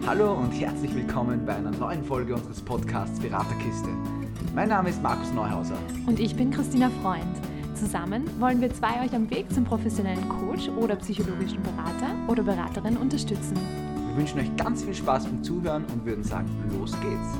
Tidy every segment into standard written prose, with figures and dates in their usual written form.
Hallo und herzlich willkommen bei einer neuen Folge unseres Podcasts Beraterkiste. Mein Name ist Markus Neuhauser. Und ich bin Christina Freund. Zusammen wollen wir euch am Weg zum professionellen Coach oder psychologischen Berater oder Beraterin unterstützen. Wir wünschen euch ganz viel Spaß beim Zuhören und würden sagen, los geht's!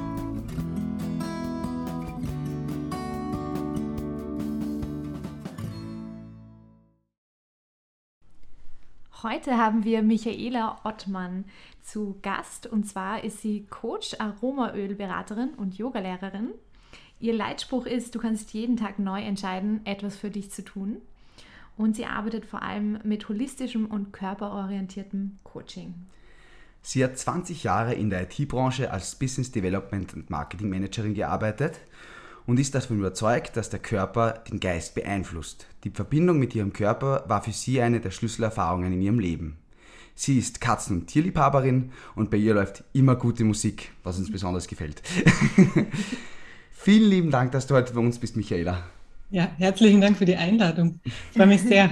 Heute haben wir Michaela Ottmann zu Gast, und zwar ist sie Coach, Aromaölberaterin und Yogalehrerin. Ihr Leitspruch ist: Du kannst jeden Tag neu entscheiden, etwas für dich zu tun. Und sie arbeitet vor allem mit holistischem und körperorientiertem Coaching. Sie hat 20 Jahre in der IT-Branche als Business Development und Marketing Managerin gearbeitet und ist davon überzeugt, dass der Körper den Geist beeinflusst. Die Verbindung mit ihrem Körper war für sie eine der Schlüsselerfahrungen in ihrem Leben. Sie ist Katzen- und Tierliebhaberin und bei ihr läuft immer gute Musik, was uns besonders gefällt. Vielen lieben Dank, dass du heute bei uns bist, Michaela. Ja, herzlichen Dank für die Einladung. Ich freue mich sehr.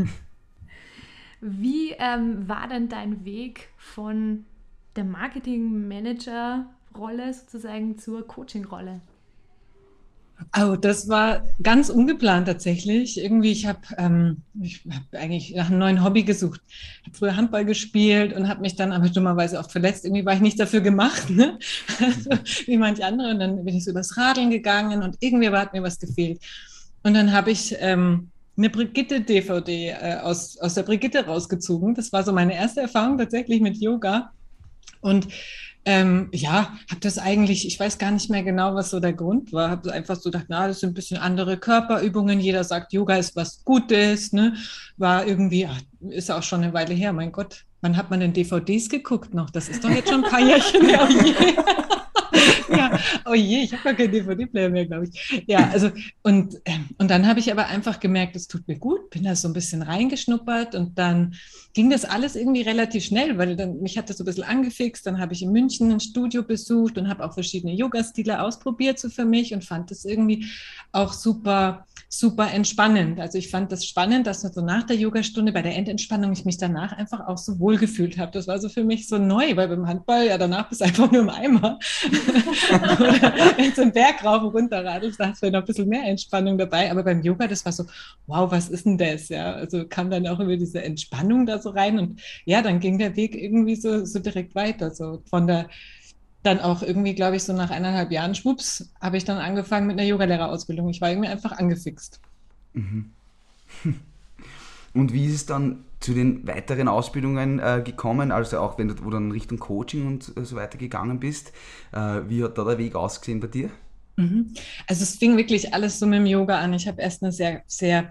Wie war denn dein Weg von der Marketing-Manager-Rolle sozusagen zur Coaching-Rolle? Oh, das war ganz ungeplant tatsächlich. Irgendwie, ich habe eigentlich nach einem neuen Hobby gesucht. Ich habe früher Handball gespielt und habe mich dann aber dummerweise oft verletzt. Irgendwie war ich nicht dafür gemacht, ne? Also, wie manche andere. Und dann bin ich so übers Radeln gegangen und irgendwie hat mir was gefehlt. Und dann habe ich eine Brigitte-DVD aus der Brigitte rausgezogen. Das war so meine erste Erfahrung tatsächlich mit Yoga. Und habe das eigentlich, ich weiß gar nicht mehr genau, was so der Grund war, habe einfach so gedacht, das sind ein bisschen andere Körperübungen, jeder sagt, Yoga ist was Gutes, ne? War irgendwie, ist auch schon eine Weile her, mein Gott, wann hat man denn DVDs geguckt noch? Das ist doch jetzt schon ein paar Jährchen her. Ja, oh je, ich habe gar keinen DVD-Player mehr, glaube ich. Ja, also und dann habe ich aber einfach gemerkt, es tut mir gut, bin da so ein bisschen reingeschnuppert und dann ging das alles irgendwie relativ schnell, weil mich hat das so ein bisschen angefixt. Dann habe ich in München ein Studio besucht und habe auch verschiedene Yoga-Stile ausprobiert so für mich und fand das irgendwie auch super, super entspannend. Also ich fand das spannend, dass so nach der Yogastunde bei der Endentspannung ich mich danach einfach auch so wohl gefühlt habe. Das war so für mich so neu, weil beim Handball, ja, danach bist du einfach nur im Eimer. Oder wenn du einen Berg rauf und runter radelst, da hast du noch ein bisschen mehr Entspannung dabei. Aber beim Yoga, das war so, wow, was ist denn das? Ja, also kam dann auch über diese Entspannung da so rein und ja, dann ging der Weg irgendwie so direkt weiter. So von der, dann auch irgendwie, glaube ich, so nach 1,5 Jahren, schwupps, habe ich dann angefangen mit einer Yogalehrerausbildung. Ich war irgendwie einfach angefixt. Mhm. Und wie ist es dann zu den weiteren Ausbildungen gekommen, also auch wenn wo du dann Richtung Coaching und so weiter gegangen bist? Wie hat da der Weg ausgesehen bei dir? Also es fing wirklich alles so mit dem Yoga an. Ich habe erst eine sehr, sehr,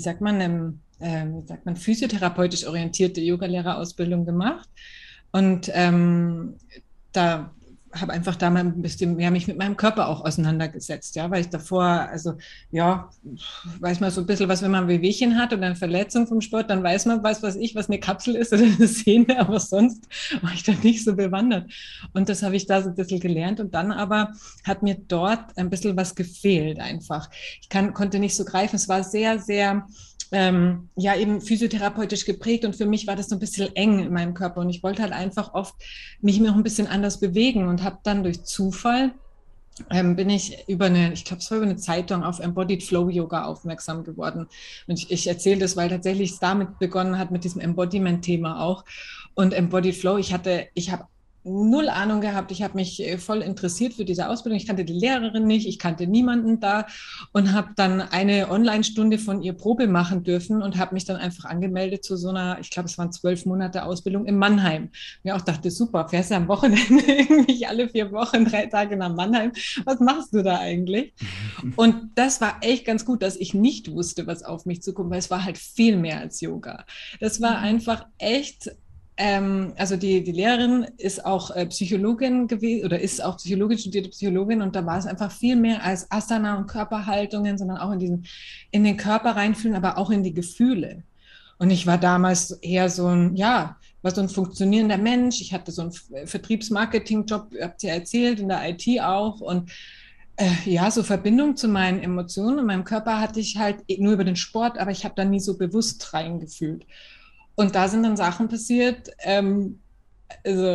physiotherapeutisch orientierte Yogalehrerausbildung gemacht und da habe einfach da mal ein bisschen mehr mich mit meinem Körper auch auseinandergesetzt, ja, weil ich davor, also ja, weiß man so ein bisschen was, wenn man ein Wehwehchen hat oder eine Verletzung vom Sport, dann weiß man, was eine Kapsel ist oder eine Sehne, aber sonst war ich da nicht so bewandert. Und das habe ich da so ein bisschen gelernt und dann aber hat mir dort ein bisschen was gefehlt einfach. Konnte nicht so greifen, es war sehr, sehr eben physiotherapeutisch geprägt und für mich war das so ein bisschen eng in meinem Körper und ich wollte halt einfach oft mich noch ein bisschen anders bewegen und habe dann durch Zufall bin ich über eine Zeitung auf Embodied Flow Yoga aufmerksam geworden. Und ich erzähle das, weil tatsächlich es damit begonnen hat, mit diesem Embodiment-Thema auch. Und Embodied Flow, ich habe null Ahnung gehabt. Ich habe mich voll interessiert für diese Ausbildung. Ich kannte die Lehrerin nicht, ich kannte niemanden da und habe dann eine Online-Stunde von ihr Probe machen dürfen und habe mich dann einfach angemeldet zu so einer, ich glaube, es waren 12 Monate Ausbildung in Mannheim. Mir auch dachte, super, fährst du am Wochenende irgendwie alle 4 Wochen, 3 Tage nach Mannheim. Was machst du da eigentlich? Und das war echt ganz gut, dass ich nicht wusste, was auf mich zukommt, weil es war halt viel mehr als Yoga. Das war einfach echt also die Lehrerin ist auch Psychologin gewesen oder ist auch Psychologin, studierte Psychologin und da war es einfach viel mehr als Asana und Körperhaltungen, sondern auch in den Körper reinfühlen, aber auch in die Gefühle. Und ich war damals eher war so ein funktionierender Mensch. Ich hatte so einen Vertriebsmarketing-Job, habt ihr erzählt, in der IT auch und so Verbindung zu meinen Emotionen und meinem Körper hatte ich halt nur über den Sport, aber ich habe da nie so bewusst reingefühlt. Und da sind dann Sachen passiert, also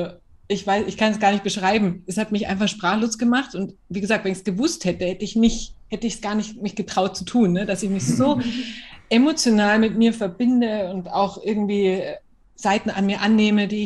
ich weiß, ich kann es gar nicht beschreiben. Es hat mich einfach sprachlos gemacht. Und wie gesagt, wenn ich es gewusst hätte, hätte ich es gar nicht mich getraut zu tun, ne? Dass ich mich so emotional mit mir verbinde und auch irgendwie Seiten an mir annehme, die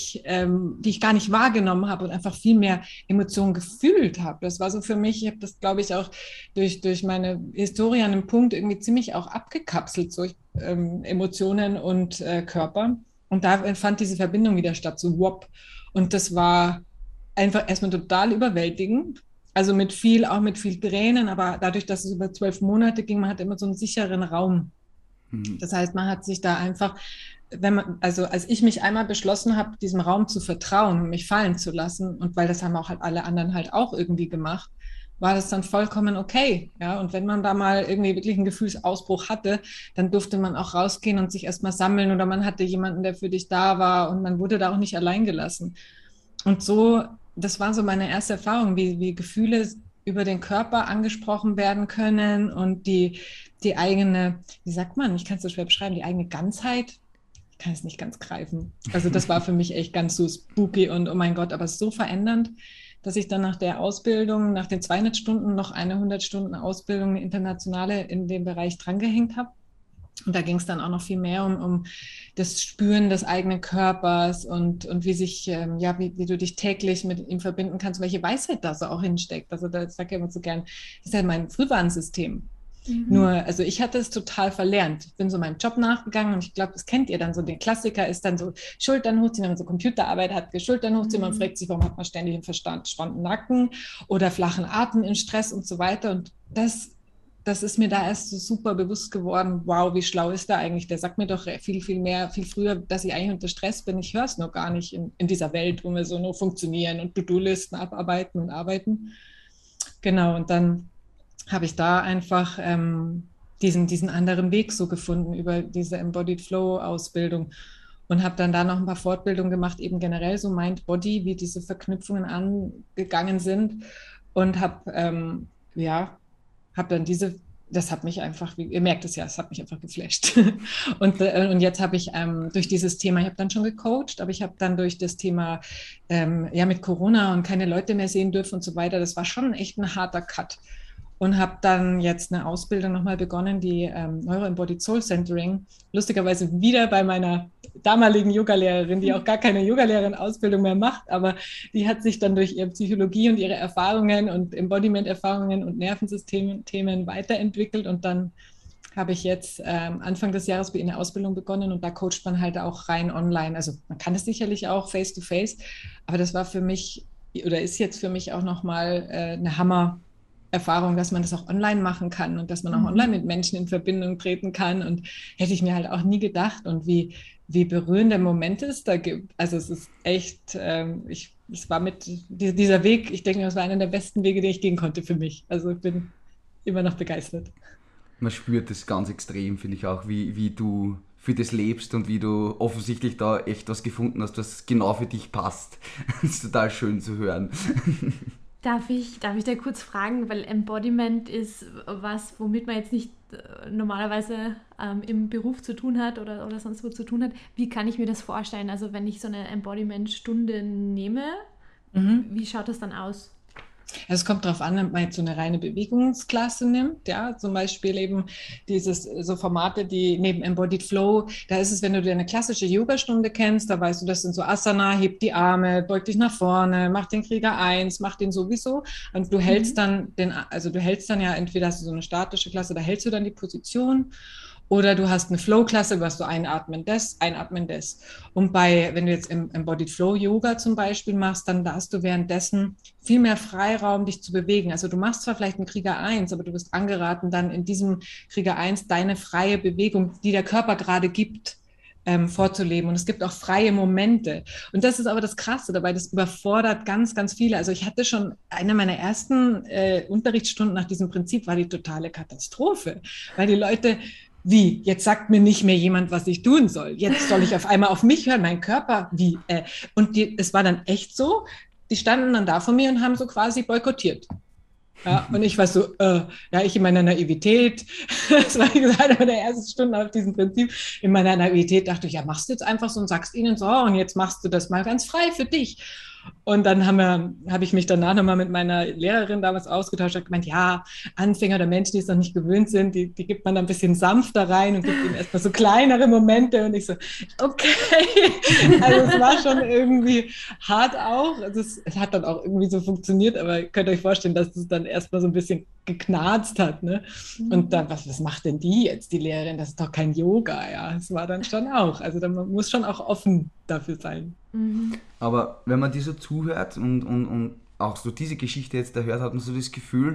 ich gar nicht wahrgenommen habe und einfach viel mehr Emotionen gefühlt habe. Das war so für mich, ich habe das, glaube ich, auch durch meine Historie an einem Punkt irgendwie ziemlich auch abgekapselt, so Emotionen und Körper. Und da fand diese Verbindung wieder statt, so wop. Und das war einfach erstmal total überwältigend. Also auch mit viel Tränen, aber dadurch, dass es über 12 Monate ging, man hat immer so einen sicheren Raum. Das heißt, man hat sich da einfach, also als ich mich einmal beschlossen habe, diesem Raum zu vertrauen, mich fallen zu lassen, und weil das haben auch halt alle anderen halt auch irgendwie gemacht, war das dann vollkommen okay. Ja? Und wenn man da mal irgendwie wirklich einen Gefühlsausbruch hatte, dann durfte man auch rausgehen und sich erstmal sammeln, oder man hatte jemanden, der für dich da war, und man wurde da auch nicht allein gelassen. Und so, das war so meine erste Erfahrung, wie Gefühle über den Körper angesprochen werden können und die eigene, wie sagt man, ich kann es so schwer beschreiben, die eigene Ganzheit. Ich kann es nicht ganz greifen. Also das war für mich echt ganz so spooky und oh mein Gott, aber so verändernd, dass ich dann nach der Ausbildung, nach den 200 Stunden noch eine 100 Stunden Ausbildung, eine internationale, in dem Bereich drangehängt habe. Und da ging es dann auch noch viel mehr um das Spüren des eigenen Körpers und wie wie du dich täglich mit ihm verbinden kannst, welche Weisheit da so auch hinsteckt. Also da sage ich immer so gern, das ist ja mein Frühwarnsystem. Nur, also ich hatte es total verlernt. Ich bin so meinem Job nachgegangen und ich glaube, das kennt ihr dann so. Der Klassiker ist dann so Schultern hochziehen, wenn man so Computerarbeit hat, Schultern hochziehen, man fragt sich, warum hat man ständig einen verspannten Nacken oder flachen Atem im Stress und so weiter. Und das ist mir da erst so super bewusst geworden. Wow, wie schlau ist der eigentlich? Der sagt mir doch viel, viel mehr, viel früher, dass ich eigentlich unter Stress bin. Ich höre es noch gar nicht in dieser Welt, wo wir so nur funktionieren und To-Do-Listen abarbeiten und arbeiten. Genau, und dann habe ich da einfach diesen anderen Weg so gefunden über diese Embodied Flow Ausbildung und habe dann da noch ein paar Fortbildungen gemacht, eben generell so Mind Body, wie diese Verknüpfungen angegangen sind, und habe dann das hat mich einfach, ihr merkt es ja, es hat mich einfach geflasht. Und jetzt habe ich durch dieses Thema, ich habe dann schon gecoacht, aber ich habe dann durch das Thema mit Corona und keine Leute mehr sehen dürfen und so weiter, das war schon echt ein harter Cut. Und habe dann jetzt eine Ausbildung nochmal begonnen, die Neuro-Embodied Soul Centering, lustigerweise wieder bei meiner damaligen Yogalehrerin, die auch gar keine Yogalehrerin-Ausbildung mehr macht, aber die hat sich dann durch ihre Psychologie und ihre Erfahrungen und Embodiment-Erfahrungen und Nervensystem-Themen weiterentwickelt, und dann habe ich jetzt Anfang des Jahres eine Ausbildung begonnen, und da coacht man halt auch rein online. Also man kann es sicherlich auch face-to-face, aber das war für mich oder ist jetzt für mich auch nochmal eine Hammer-Erfahrung, dass man das auch online machen kann und dass man auch online mit Menschen in Verbindung treten kann, und hätte ich mir halt auch nie gedacht, und wie berührende Momente es da gibt. Also es ist echt, es war mit dieser Weg, ich denke, das war einer der besten Wege, den ich gehen konnte für mich. Also ich bin immer noch begeistert. Man spürt das ganz extrem, finde ich auch, wie du für das lebst und wie du offensichtlich da echt was gefunden hast, was genau für dich passt. Das ist total schön zu hören. Darf ich da kurz fragen, weil Embodiment ist was, womit man jetzt nicht normalerweise im Beruf zu tun hat oder sonst wo zu tun hat. Wie kann ich mir das vorstellen? Also wenn ich so eine Embodiment-Stunde nehme, wie schaut das dann aus? Also es kommt darauf an, ob man jetzt so eine reine Bewegungsklasse nimmt, ja, zum Beispiel eben so Formate, die neben Embodied Flow, da ist es, wenn du dir eine klassische Yoga-Stunde kennst, da weißt du, das sind so Asana, heb die Arme, beug dich nach vorne, mach den Krieger 1, mach den sowieso, und du hältst dann ja, entweder hast du so eine statische Klasse, da hältst du dann die Position, oder du hast eine Flow-Klasse, wo hast du einatmen das. Und wenn du jetzt im Embodied Flow Yoga zum Beispiel machst, dann hast du währenddessen viel mehr Freiraum, dich zu bewegen. Also du machst zwar vielleicht einen Krieger 1, aber du wirst angeraten, dann in diesem Krieger 1 deine freie Bewegung, die der Körper gerade gibt, vorzuleben. Und es gibt auch freie Momente. Und das ist aber das Krasse dabei, das überfordert ganz, ganz viele. Also ich hatte schon eine meiner ersten Unterrichtsstunden nach diesem Prinzip, war die totale Katastrophe, weil die Leute... Wie? Jetzt sagt mir nicht mehr jemand, was ich tun soll. Jetzt soll ich auf einmal auf mich hören, mein Körper. Wie? Und es war dann echt so, die standen dann da vor mir und haben so quasi boykottiert. Ja, und ich war so, ich in meiner Naivität, das war wie gesagt eine der ersten Stunden auf diesem Prinzip, in meiner Naivität dachte ich, ja, machst du jetzt einfach so und sagst ihnen so, und jetzt machst du das mal ganz frei für dich. Und dann habe ich mich danach nochmal mit meiner Lehrerin damals ausgetauscht und gemeint, ja, Anfänger oder Menschen, die es noch nicht gewöhnt sind, die gibt man dann ein bisschen sanfter rein und gibt ihnen erstmal so kleinere Momente. Und ich so, okay. Also es war schon irgendwie hart auch. Also es hat dann auch irgendwie so funktioniert, aber ihr könnt euch vorstellen, dass es dann erstmal so ein bisschen geknarzt hat. Ne? Und dann, was macht denn die jetzt, die Lehrerin? Das ist doch kein Yoga, ja. Das war dann schon auch. Also man muss schon auch offen dafür sein. Aber wenn man dir so zuhört und auch so diese Geschichte jetzt da hört, hat man so das Gefühl,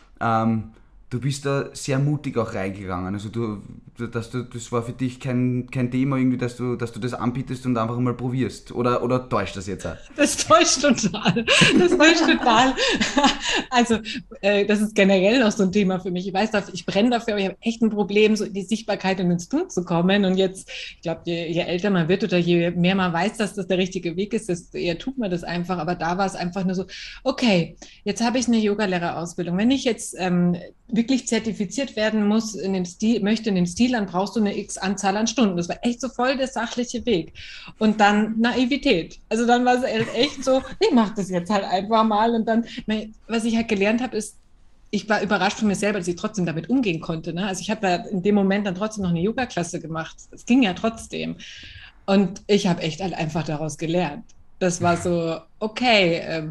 du bist da sehr mutig auch reingegangen. Also das war für dich kein Thema irgendwie, dass du das anbietest und einfach mal probierst. Oder täuscht das jetzt auch? Das täuscht total. Das täuscht total. Also das ist generell noch so ein Thema für mich. Ich weiß, ich brenne dafür, aber ich habe echt ein Problem, so in die Sichtbarkeit und ins Tun zu kommen. Und jetzt, ich glaube, je älter man wird oder je mehr man weiß, dass das der richtige Weg ist, desto eher tut man das einfach. Aber da war es einfach nur so, okay, jetzt habe ich eine Yogalehrerausbildung. Wenn ich jetzt wirklich zertifiziert werden muss in dem Stil, möchte in dem Stil, dann brauchst du eine X Anzahl an Stunden. Das war echt so voll der sachliche Weg. Und dann Naivität. Also dann war es echt so, ich mache das jetzt halt einfach mal. Und dann, was ich halt gelernt habe, ist, ich war überrascht von mir selber, dass ich trotzdem damit umgehen konnte. Ne? Also ich habe ja in dem Moment dann trotzdem noch eine Yoga-Klasse gemacht. Es ging ja trotzdem. Und ich habe echt halt einfach daraus gelernt. Das war so, okay,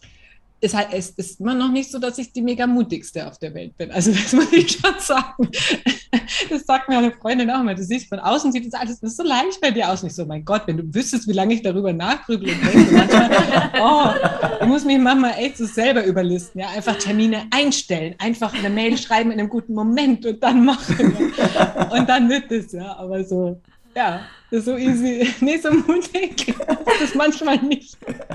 es ist immer noch nicht so, dass ich die mega mutigste auf der Welt bin. Also das muss ich schon sagen. Das sagt mir eine Freundin auch immer. Du siehst, von außen sieht das alles so leicht bei dir aus. Nicht so, mein Gott, wenn du wüsstest, wie lange ich darüber nachgrübel und denke manchmal, ich muss mich manchmal echt so selber überlisten. Ja? Einfach Termine einstellen, einfach eine Mail schreiben in einem guten Moment und dann machen. Und dann wird es, ja. Aber so, ja, das ist so easy, nicht so mutig. Das ist manchmal nicht.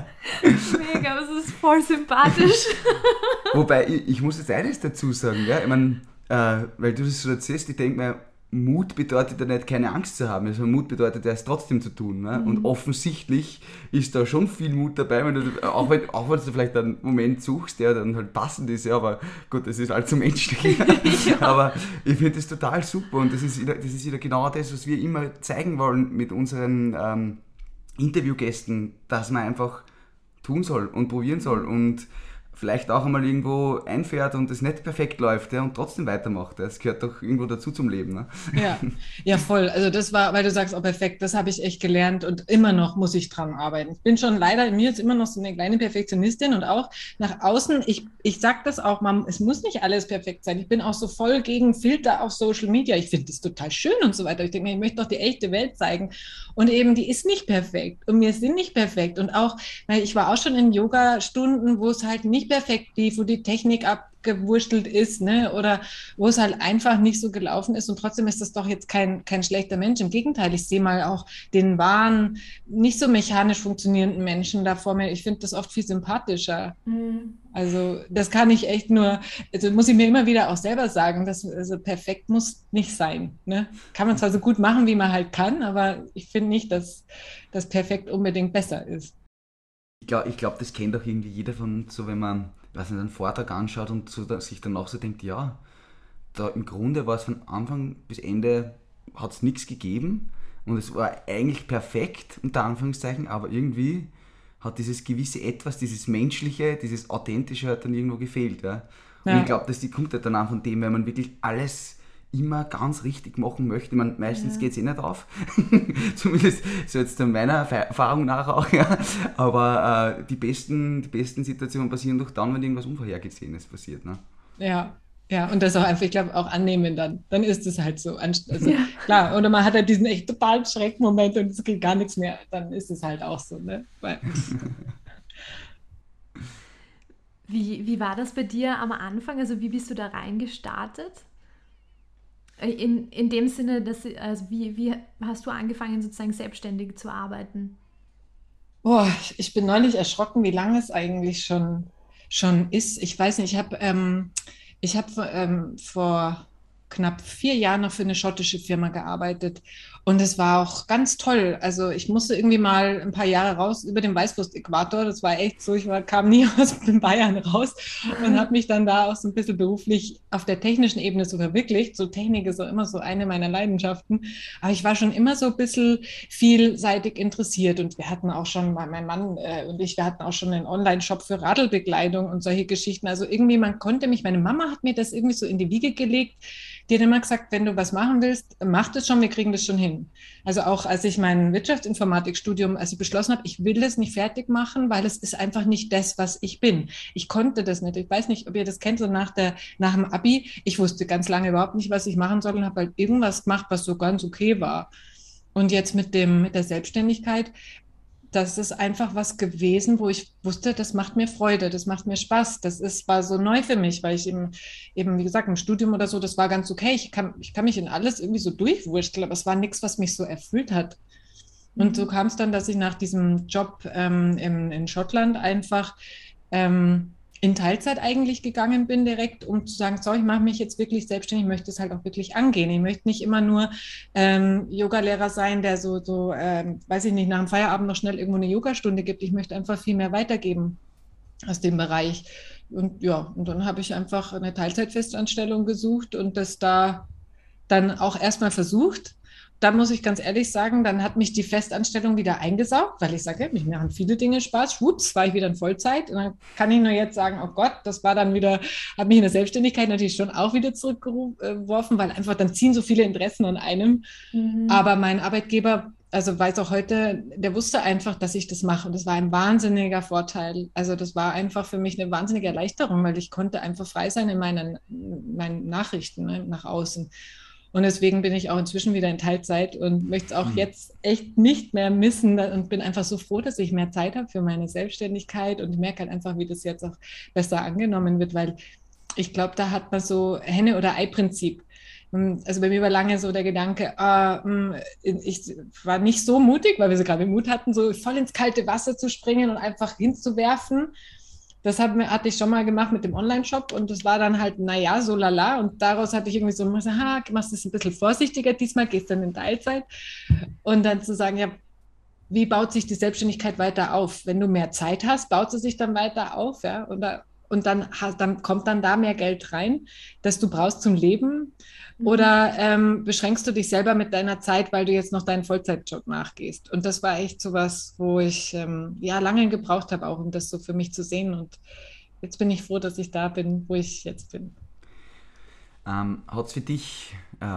Mega, das ist voll sympathisch. Wobei, ich muss jetzt eines dazu sagen, ja? Ich meine, weil du das so erzählst, ich denke mir, Mut bedeutet ja nicht, keine Angst zu haben. Also Mut bedeutet ja, es trotzdem zu tun. Ne? Und offensichtlich ist da schon viel Mut dabei, wenn du, auch wenn du vielleicht einen Moment suchst, der dann halt passend ist, ja, aber gut, das ist allzu menschlich. Ja. Aber ich finde das total super und das ist wieder genau das, was wir immer zeigen wollen mit unseren Interviewgästen, dass man einfach tun soll und probieren soll und vielleicht auch einmal irgendwo einfährt und es nicht perfekt läuft, ja, und trotzdem weitermacht. Das gehört doch irgendwo dazu zum Leben. Ne? Ja, voll. Also das war, weil du sagst, oh perfekt, das habe ich echt gelernt und immer noch muss ich dran arbeiten. Ich bin schon leider, in mir ist immer noch so eine kleine Perfektionistin und auch nach außen, ich sage das auch, es muss nicht alles perfekt sein. Ich bin auch so voll gegen Filter auf Social Media. Ich finde das total schön und so weiter. Ich denke mir, ich möchte doch die echte Welt zeigen. Und eben, die ist nicht perfekt und wir sind nicht perfekt. Und auch, weil ich war auch schon in Yoga-Stunden, wo es halt nicht perfekt lief, wo die Technik abgewurschtelt ist, ne? Oder wo es halt einfach nicht so gelaufen ist. Und trotzdem ist das doch jetzt kein schlechter Mensch. Im Gegenteil, ich sehe mal auch den wahren, nicht so mechanisch funktionierenden Menschen da vor mir. Ich finde das oft viel sympathischer. Also das kann ich echt nur, also muss ich mir immer wieder auch selber sagen, dass also perfekt muss nicht sein. Ne? Kann man zwar so gut machen, wie man halt kann, aber ich finde nicht, dass das perfekt unbedingt besser ist. Ich glaube, das kennt auch irgendwie jeder von uns, so wenn man einen Vortrag anschaut und so, sich danach so denkt, ja, da im Grunde war es von Anfang bis Ende, hat es nichts gegeben und es war eigentlich perfekt, unter Anführungszeichen, aber irgendwie hat dieses gewisse Etwas, dieses Menschliche, dieses Authentische hat dann irgendwo gefehlt. Ja? Und ja. Ich glaube, das kommt halt dann auch von dem, wenn man wirklich alles immer ganz richtig machen möchte. Man, meistens geht es nicht auf. Zumindest so jetzt in meiner Erfahrung nach auch. Ja. Aber die besten Situationen passieren doch dann, wenn irgendwas Unvorhergesehenes passiert. Ne? Ja, und das auch einfach, ich glaube, auch annehmen dann ist es halt so. Also, klar, oder man hat halt diesen echt totalen Schreckmoment und es geht gar nichts mehr, dann ist es halt auch so. Ne? Wie war das bei dir am Anfang? Also wie bist du da reingestartet? In dem Sinne, dass, also wie hast du angefangen, sozusagen selbstständig zu arbeiten? Boah, ich bin neulich erschrocken, wie lange es eigentlich schon ist. Ich weiß nicht, ich habe vor, knapp 4 Jahren noch für eine schottische Firma gearbeitet. Und es war auch ganz toll. Also ich musste irgendwie mal ein paar Jahre raus über den Weißwurst-Äquator. Das war echt so, kam nie aus dem Bayern raus und habe mich dann da auch so ein bisschen beruflich auf der technischen Ebene so verwirklicht. So Technik ist auch immer so eine meiner Leidenschaften. Aber ich war schon immer so ein bisschen vielseitig interessiert. Und wir hatten auch schon, mein Mann und ich, wir hatten auch schon einen Online-Shop für Radlbekleidung und solche Geschichten. Also irgendwie, meine Mama hat mir das irgendwie so in die Wiege gelegt. Die hat immer gesagt, wenn du was machen willst, mach das schon, wir kriegen das schon hin. Also auch als ich mein Wirtschaftsinformatikstudium, als ich beschlossen habe, ich will das nicht fertig machen, weil es ist einfach nicht das, was ich bin. Ich konnte das nicht. Ich weiß nicht, ob ihr das kennt, so nach dem Abi. Ich wusste ganz lange überhaupt nicht, was ich machen soll und habe halt irgendwas gemacht, was so ganz okay war. Und jetzt mit der Selbstständigkeit, das ist einfach was gewesen, wo ich wusste, das macht mir Freude, das macht mir Spaß. War so neu für mich, weil ich eben, wie gesagt, im Studium oder so, das war ganz okay. Ich kann mich in alles irgendwie so durchwurschteln, aber es war nichts, was mich so erfüllt hat. Und so kam es dann, dass ich nach diesem Job in Schottland einfach in Teilzeit eigentlich gegangen bin direkt, um zu sagen, so, ich mache mich jetzt wirklich selbstständig, ich möchte es halt auch wirklich angehen. Ich möchte nicht immer nur Yogalehrer sein, der weiß ich nicht, nach dem Feierabend noch schnell irgendwo eine Yogastunde gibt. Ich möchte einfach viel mehr weitergeben aus dem Bereich. Und ja, und dann habe ich einfach eine Teilzeitfestanstellung gesucht und das da dann auch erstmal versucht. Da muss ich ganz ehrlich sagen, dann hat mich die Festanstellung wieder eingesaugt, weil ich sage, mich machen viele Dinge Spaß. Schwupps, war ich wieder in Vollzeit. Und dann kann ich nur jetzt sagen, oh Gott, das war dann wieder, hat mich in der Selbstständigkeit natürlich schon auch wieder zurückgeworfen, weil einfach dann ziehen so viele Interessen an einem. Aber mein Arbeitgeber, also weiß auch heute, der wusste einfach, dass ich das mache. Und das war ein wahnsinniger Vorteil. Also das war einfach für mich eine wahnsinnige Erleichterung, weil ich konnte einfach frei sein in meinen Nachrichten, ne, nach außen. Und deswegen bin ich auch inzwischen wieder in Teilzeit und möchte es auch jetzt echt nicht mehr missen und bin einfach so froh, dass ich mehr Zeit habe für meine Selbstständigkeit und ich merke halt einfach, wie das jetzt auch besser angenommen wird, weil ich glaube, da hat man so Henne- oder Ei-Prinzip. Also bei mir war lange so der Gedanke, ich war nicht so mutig, weil wir so gerade Mut hatten, so voll ins kalte Wasser zu springen und einfach hinzuwerfen. Das hatte ich schon mal gemacht mit dem Online-Shop und das war dann halt, naja, so lala. Und daraus hatte ich irgendwie so, machst das ein bisschen vorsichtiger, diesmal gehst du dann in Teilzeit. Und dann zu sagen, ja, wie baut sich die Selbstständigkeit weiter auf? Wenn du mehr Zeit hast, baut sie sich dann weiter auf, ja. Und dann kommt dann da mehr Geld rein, das du brauchst zum Leben. Oder beschränkst du dich selber mit deiner Zeit, weil du jetzt noch deinen Vollzeitjob nachgehst? Und das war echt so was, wo ich lange gebraucht habe, auch um das so für mich zu sehen. Und jetzt bin ich froh, dass ich da bin, wo ich jetzt bin. Hat es für dich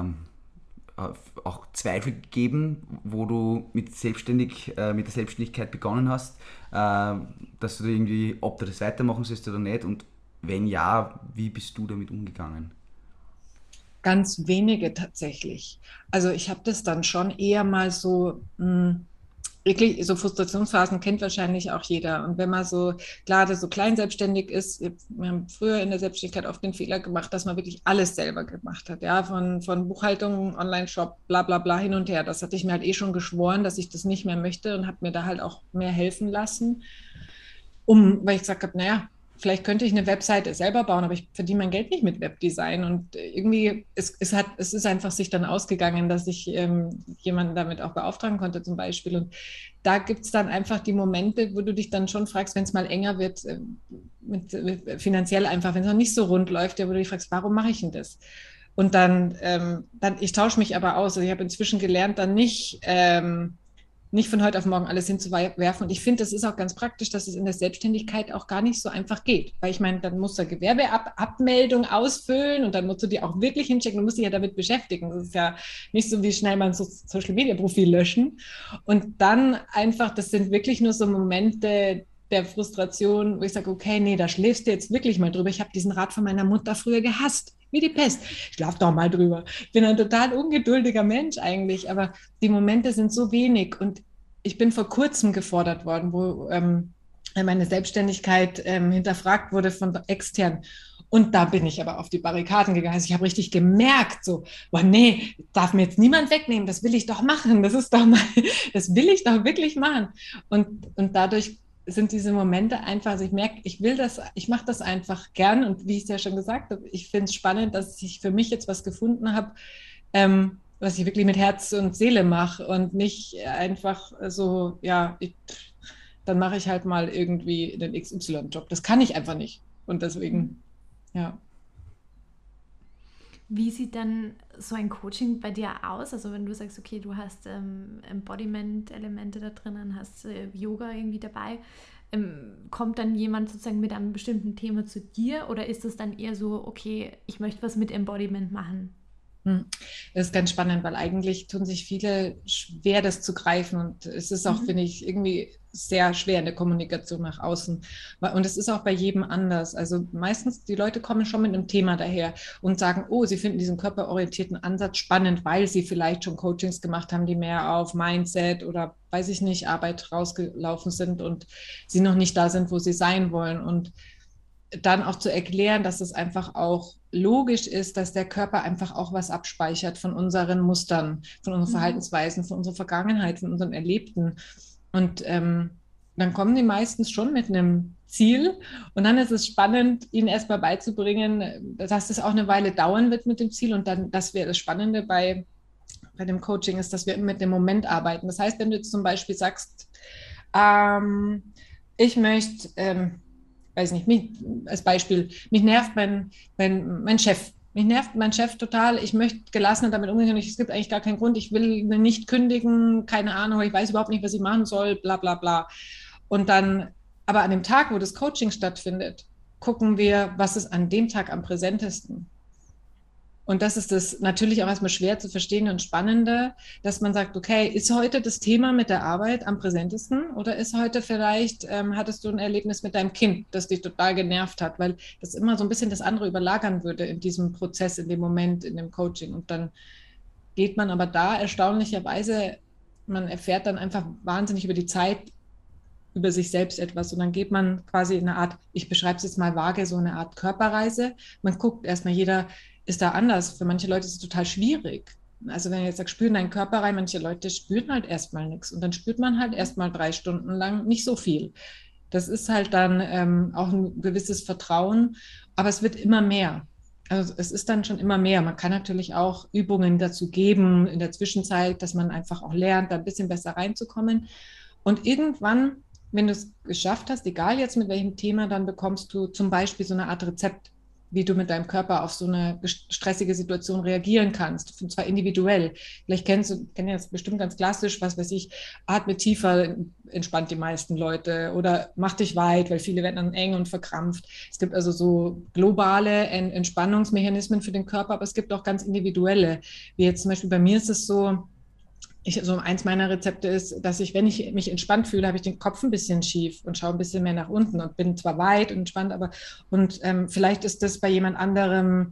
auch Zweifel gegeben, wo du mit der Selbstständigkeit begonnen hast, dass du irgendwie, ob du das weitermachen sollst oder nicht? Und wenn ja, wie bist du damit umgegangen? Ganz wenige tatsächlich. Also ich habe das dann schon eher mal so, wirklich, so Frustrationsphasen kennt wahrscheinlich auch jeder. Und wenn man so, klar, so klein selbstständig ist, wir haben früher in der Selbstständigkeit oft den Fehler gemacht, dass man wirklich alles selber gemacht hat. Ja, von Buchhaltung, Online-Shop, bla bla bla hin und her. Das hatte ich mir halt eh schon geschworen, dass ich das nicht mehr möchte und habe mir da halt auch mehr helfen lassen. Weil ich gesagt habe, naja, vielleicht könnte ich eine Webseite selber bauen, aber ich verdiene mein Geld nicht mit Webdesign. Und irgendwie, es ist einfach sich dann ausgegangen, dass ich jemanden damit auch beauftragen konnte zum Beispiel. Und da gibt es dann einfach die Momente, wo du dich dann schon fragst, wenn es mal enger wird, finanziell einfach, wenn es noch nicht so rund läuft, ja, wo du dich fragst, warum mache ich denn das? Und dann ich tausche mich aber aus. Also ich habe inzwischen gelernt, dann nicht von heute auf morgen alles hinzuwerfen. Und ich finde, das ist auch ganz praktisch, dass es in der Selbstständigkeit auch gar nicht so einfach geht. Weil ich meine, dann musst du Gewerbeabmeldung ausfüllen und dann musst du die auch wirklich hinschicken und musst dich ja damit beschäftigen. Das ist ja nicht so, wie schnell man so Social-Media-Profil löschen. Und dann einfach, das sind wirklich nur so Momente der Frustration, wo ich sage, okay, nee, da schläfst du jetzt wirklich mal drüber. Ich habe diesen Rat von meiner Mutter früher gehasst. Wie die Pest. Schlaf doch mal drüber. Ich bin ein total ungeduldiger Mensch eigentlich, aber die Momente sind so wenig. Und ich bin vor kurzem gefordert worden, wo meine Selbstständigkeit hinterfragt wurde von extern. Und da bin ich aber auf die Barrikaden gegangen. Also ich habe richtig gemerkt, so, boah, nee, darf mir jetzt niemand wegnehmen, das will ich doch machen. Das will ich doch wirklich machen. Und dadurch sind diese Momente einfach, also ich merke, ich mache das einfach gern und wie ich es ja schon gesagt habe, ich finde es spannend, dass ich für mich jetzt was gefunden habe, was ich wirklich mit Herz und Seele mache und nicht einfach so, ja, dann mache ich halt mal irgendwie den XY-Job. Das kann ich einfach nicht. Und deswegen, ja. Wie sieht dann so ein Coaching bei dir aus? Also wenn du sagst, okay, du hast Embodiment-Elemente da drinnen, hast Yoga irgendwie dabei, kommt dann jemand sozusagen mit einem bestimmten Thema zu dir oder ist es dann eher so, okay, ich möchte was mit Embodiment machen? Das ist ganz spannend, weil eigentlich tun sich viele schwer, das zu greifen. Und es ist auch, finde ich, irgendwie sehr schwer in der Kommunikation nach außen. Und es ist auch bei jedem anders. Also meistens, die Leute kommen schon mit einem Thema daher und sagen, oh, sie finden diesen körperorientierten Ansatz spannend, weil sie vielleicht schon Coachings gemacht haben, die mehr auf Mindset oder, weiß ich nicht, Arbeit rausgelaufen sind und sie noch nicht da sind, wo sie sein wollen. Und dann auch zu erklären, dass es einfach auch logisch ist, dass der Körper einfach auch was abspeichert von unseren Mustern, von unseren Verhaltensweisen, von unserer Vergangenheit, von unserem Erlebten. Und dann kommen die meistens schon mit einem Ziel. Und dann ist es spannend, ihnen erstmal beizubringen, dass es auch eine Weile dauern wird mit dem Ziel. Und dann, das wäre das Spannende bei dem Coaching, ist, dass wir mit dem Moment arbeiten. Das heißt, wenn du jetzt zum Beispiel sagst, ich möchte, weiß nicht, als Beispiel, mich nervt mein Chef. Mich nervt mein Chef total. Ich möchte gelassener damit umgehen. Es gibt eigentlich gar keinen Grund. Ich will ihn nicht kündigen. Keine Ahnung. Ich weiß überhaupt nicht, was ich machen soll. Bla, bla, bla. Und dann, aber an dem Tag, wo das Coaching stattfindet, gucken wir, was ist an dem Tag am präsentesten. Und das ist das natürlich auch erstmal schwer zu verstehen und spannende, dass man sagt, okay, ist heute das Thema mit der Arbeit am präsentesten oder ist heute vielleicht, hattest du ein Erlebnis mit deinem Kind, das dich total genervt hat, weil das immer so ein bisschen das andere überlagern würde in diesem Prozess, in dem Moment, in dem Coaching. Und dann geht man aber da erstaunlicherweise, man erfährt dann einfach wahnsinnig über die Zeit, über sich selbst etwas und dann geht man quasi in eine Art, ich beschreibe es jetzt mal vage, so eine Art Körperreise. Man guckt erstmal, jeder ist da anders. Für manche Leute ist es total schwierig. Also wenn ich jetzt sage, spüren deinen Körper rein, manche Leute spüren halt erstmal nichts und dann spürt man halt erstmal 3 Stunden lang nicht so viel. Das ist halt dann auch ein gewisses Vertrauen, aber es wird immer mehr. Also es ist dann schon immer mehr. Man kann natürlich auch Übungen dazu geben in der Zwischenzeit, dass man einfach auch lernt, da ein bisschen besser reinzukommen. Und irgendwann, wenn du es geschafft hast, egal jetzt mit welchem Thema, dann bekommst du zum Beispiel so eine Art Rezept, wie du mit deinem Körper auf so eine stressige Situation reagieren kannst. Und zwar individuell. Vielleicht kennst du jetzt bestimmt ganz klassisch, was weiß ich, atme tiefer, entspannt die meisten Leute oder mach dich weit, weil viele werden dann eng und verkrampft. Es gibt also so globale Entspannungsmechanismen für den Körper, aber es gibt auch ganz individuelle. Wie jetzt zum Beispiel bei mir ist es so, eins meiner Rezepte ist, dass ich, wenn ich mich entspannt fühle, habe ich den Kopf ein bisschen schief und schaue ein bisschen mehr nach unten und bin zwar weit und entspannt, aber vielleicht ist das bei jemand anderem,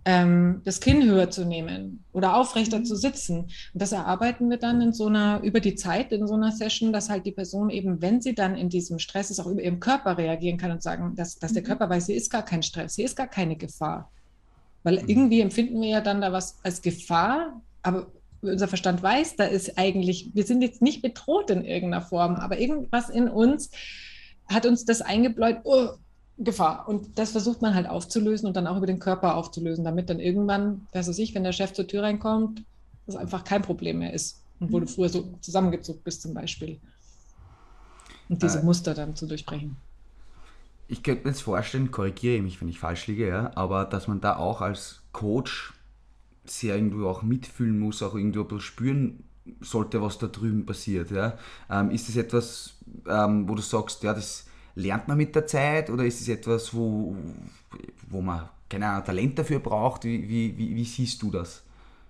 das Kinn höher zu nehmen oder aufrechter zu sitzen. Und das erarbeiten wir dann über die Zeit in so einer Session, dass halt die Person eben, wenn sie dann in diesem Stress ist, auch über ihren Körper reagieren kann und sagen, dass der Körper weiß, hier ist gar kein Stress, hier ist gar keine Gefahr. Weil irgendwie empfinden wir ja dann da was als Gefahr, aber unser Verstand weiß, da ist eigentlich, wir sind jetzt nicht bedroht in irgendeiner Form, aber irgendwas in uns hat uns das eingebläut, oh, Gefahr. Und das versucht man halt aufzulösen und dann auch über den Körper aufzulösen, damit dann irgendwann, was weiß ich, wenn der Chef zur Tür reinkommt, das einfach kein Problem mehr ist. Und wo du früher so zusammengezuckt bist zum Beispiel. Und diese Muster dann zu durchbrechen. Ich könnte mir jetzt vorstellen, korrigiere mich, wenn ich falsch liege, ja, aber dass man da auch als Coach sehr irgendwo auch mitfühlen muss, auch irgendwo spüren sollte, was da drüben passiert. Ja? Ist das etwas, wo du sagst, ja, das lernt man mit der Zeit oder ist es etwas, wo man keine Ahnung, Talent dafür braucht? Wie siehst du das?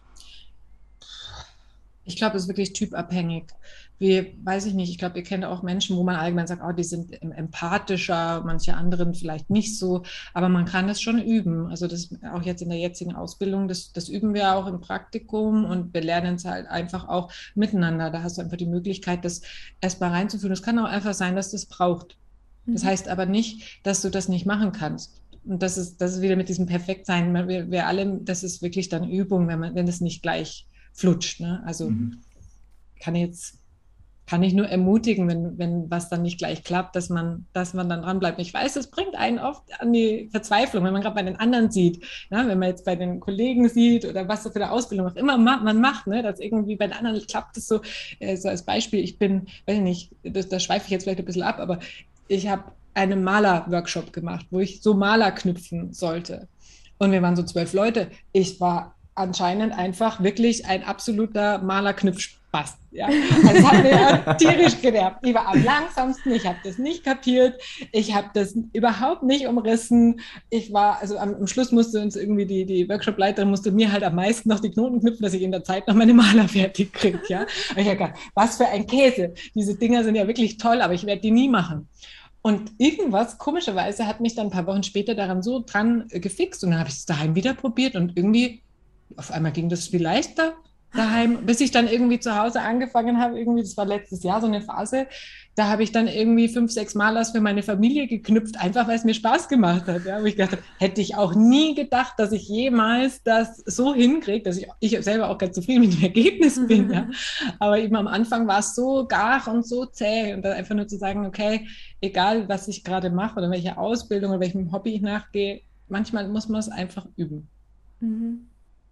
Ich glaube, es ist wirklich typabhängig. Weiß ich nicht, ich glaube, ihr kennt auch Menschen, wo man allgemein sagt, oh, die sind empathischer, manche anderen vielleicht nicht so, aber man kann das schon üben. Also das auch jetzt in der jetzigen Ausbildung, das üben wir auch im Praktikum und wir lernen es halt einfach auch miteinander. Da hast du einfach die Möglichkeit, das erstmal reinzuführen. Es kann auch einfach sein, dass das braucht. Das heißt aber nicht, dass du das nicht machen kannst. Und das ist wieder mit diesem Perfektsein. Wir alle, das ist wirklich dann Übung, wenn es nicht gleich flutscht. Ne? Also kann kann ich nur ermutigen, wenn was dann nicht gleich klappt, dass man dann dran bleibt. Ich weiß, das bringt einen oft an die Verzweiflung, wenn man gerade bei den anderen sieht, ne? Wenn man jetzt bei den Kollegen sieht oder was so für eine Ausbildung auch immer man macht, ne? Dass irgendwie bei den anderen klappt es so. So als Beispiel, ich bin, weiß ich nicht, da schweife ich jetzt vielleicht ein bisschen ab, aber ich habe einen Maler-Workshop gemacht, wo ich so Maler knüpfen sollte. Und wir waren so 12 Leute. Ich war anscheinend einfach wirklich ein absoluter Malerknüpfspast. Ja? Also es hat mir tierisch genervt. Ich war am langsamsten, ich habe das nicht kapiert, ich habe das überhaupt nicht umrissen. Also am Schluss musste uns irgendwie die Workshop-Leiterin musste mir halt am meisten noch die Knoten knüpfen, dass ich in der Zeit noch meine Maler fertig kriege. Ja? Und ich habe gedacht, was für ein Käse. Diese Dinger sind ja wirklich toll, aber ich werde die nie machen. Und irgendwas, komischerweise, hat mich dann ein paar Wochen später daran so dran gefixt. Und dann habe ich es daheim wieder probiert und irgendwie, auf einmal ging das viel leichter daheim, bis ich dann irgendwie zu Hause angefangen habe, irgendwie, das war letztes Jahr so eine Phase, da habe ich dann irgendwie 5, 6 Malers für meine Familie geknüpft, einfach weil es mir Spaß gemacht hat. Ja, wo ich gedacht habe, hätte ich auch nie gedacht, dass ich jemals das so hinkriege, dass ich selber auch ganz zufrieden mit dem Ergebnis bin. Ja. Aber eben am Anfang war es so gar und so zäh und dann einfach nur zu sagen, okay, egal was ich gerade mache oder welche Ausbildung oder welchem Hobby ich nachgehe, manchmal muss man es einfach üben. Mhm.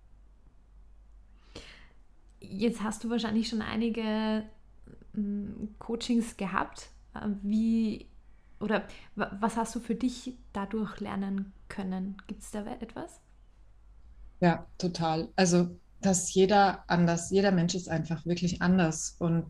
Jetzt hast du wahrscheinlich schon einige Coachings gehabt. Was hast du für dich dadurch lernen können? Gibt es da etwas? Ja, total. Also, dass jeder Mensch ist einfach wirklich anders. Und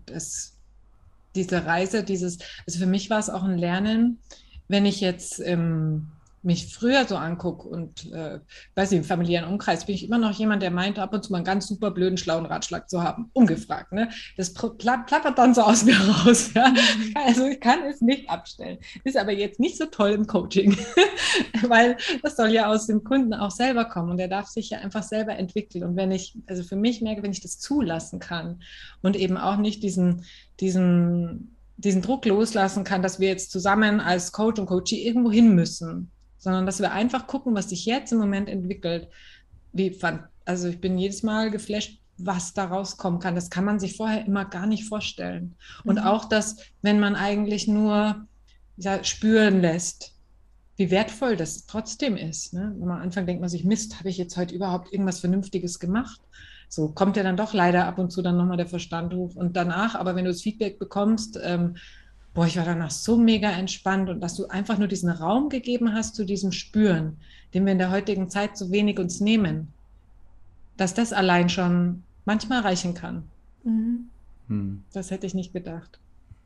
diese Reise, also für mich war es auch ein Lernen, wenn ich jetzt mich früher so angucke und weiß ich, im familiären Umkreis bin ich immer noch jemand, der meinte, ab und zu mal einen ganz super blöden, schlauen Ratschlag zu haben, ungefragt. Ne? Das plappert dann so aus mir raus. Ja? Also ich kann es nicht abstellen. Ist aber jetzt nicht so toll im Coaching, weil das soll ja aus dem Kunden auch selber kommen und der darf sich ja einfach selber entwickeln. Und also für mich merke, wenn ich das zulassen kann und eben auch nicht diesen Druck loslassen kann, dass wir jetzt zusammen als Coach und Coachee irgendwo hin müssen, sondern dass wir einfach gucken, was sich jetzt im Moment entwickelt. Also ich bin jedes Mal geflasht, was da rauskommen kann. Das kann man sich vorher immer gar nicht vorstellen. Und auch das, wenn man eigentlich nur spüren lässt, wie wertvoll das trotzdem ist. Ne? Wenn man am Anfang denkt man sich, Mist, habe ich jetzt heute überhaupt irgendwas Vernünftiges gemacht? So kommt ja dann doch leider ab und zu dann nochmal der Verstand hoch. Und danach, aber wenn du das Feedback bekommst, ich war danach so mega entspannt und dass du einfach nur diesen Raum gegeben hast zu diesem Spüren, den wir in der heutigen Zeit so wenig uns nehmen, dass das allein schon manchmal reichen kann. Mhm. Das hätte ich nicht gedacht.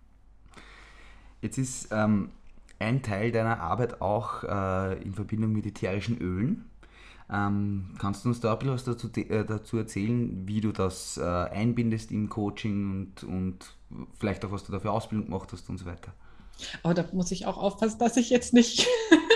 Jetzt ist ein Teil deiner Arbeit auch in Verbindung mit ätherischen Ölen. Kannst du uns da ein bisschen was dazu erzählen, wie du das einbindest im Coaching und vielleicht auch, was du da für Ausbildung gemacht hast und so weiter? Oh, da muss ich auch aufpassen, dass ich jetzt nicht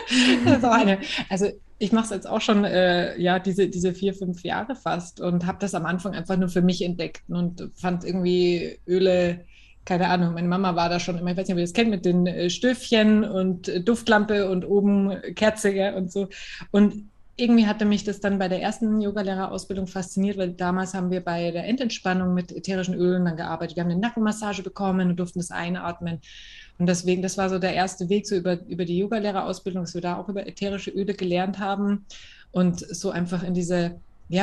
also ich mache es jetzt auch schon diese 4, 5 Jahre fast und habe das am Anfang einfach nur für mich entdeckt und fand irgendwie Öle, keine Ahnung, meine Mama war da schon immer, ich weiß nicht, ob ihr das kennt, mit den Stöfchen und Duftlampe und oben Kerze und so. Und irgendwie hatte mich das dann bei der ersten Yogalehrerausbildung fasziniert, weil damals haben wir bei der Endentspannung mit ätherischen Ölen dann gearbeitet. Wir haben eine Nackenmassage bekommen und durften das einatmen. Und deswegen, das war so der erste Weg so über die Yogalehrerausbildung, dass wir da auch über ätherische Öle gelernt haben und so einfach in diese,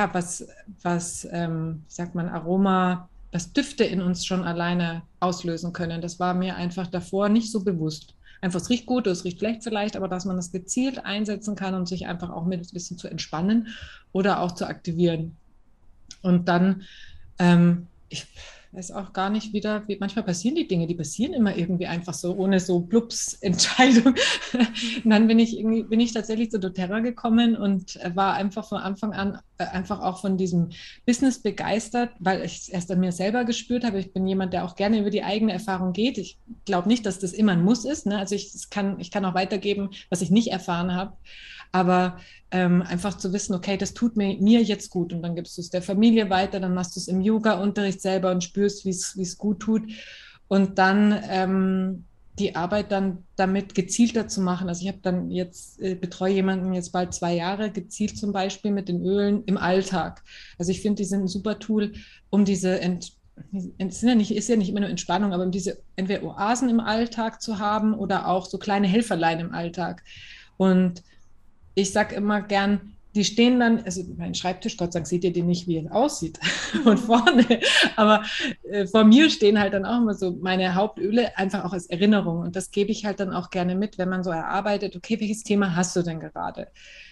Aroma, was Düfte in uns schon alleine auslösen können. Das war mir einfach davor nicht so bewusst. Einfach, es riecht gut, es riecht schlecht vielleicht, aber dass man das gezielt einsetzen kann und sich einfach auch mit ein bisschen zu entspannen oder auch zu aktivieren. Und dann, ich weiß auch gar nicht wieder, manchmal passieren die Dinge, die passieren immer irgendwie einfach so, ohne so Blups-Entscheidung. Und dann bin ich tatsächlich zu doTERRA gekommen und war einfach von Anfang an einfach auch von diesem Business begeistert, weil ich es erst an mir selber gespürt habe. Ich bin jemand, der auch gerne über die eigene Erfahrung geht. Ich glaube nicht, dass das immer ein Muss ist. Ne? Also ich kann auch weitergeben, was ich nicht erfahren habe. Aber einfach zu wissen, okay, das tut mir jetzt gut. Und dann gibst du es der Familie weiter, dann machst du es im Yoga-Unterricht selber und spürst, wie es gut tut. Und dann die Arbeit dann damit gezielter zu machen. Also ich habe dann jetzt, betreue jemanden jetzt bald 2 Jahre, gezielt zum Beispiel mit den Ölen im Alltag. Also ich finde, die sind ein super Tool, um diese ist ja nicht immer nur Entspannung, aber diese entweder Oasen im Alltag zu haben oder auch so kleine Helferlein im Alltag. Und ich sage immer gern, die stehen dann, also mein Schreibtisch, Gott sei Dank seht ihr den nicht, wie es aussieht von vorne, aber vor mir stehen halt dann auch immer so meine Hauptöle einfach auch als Erinnerung und das gebe ich halt dann auch gerne mit, wenn man so erarbeitet, okay, welches Thema hast du denn gerade?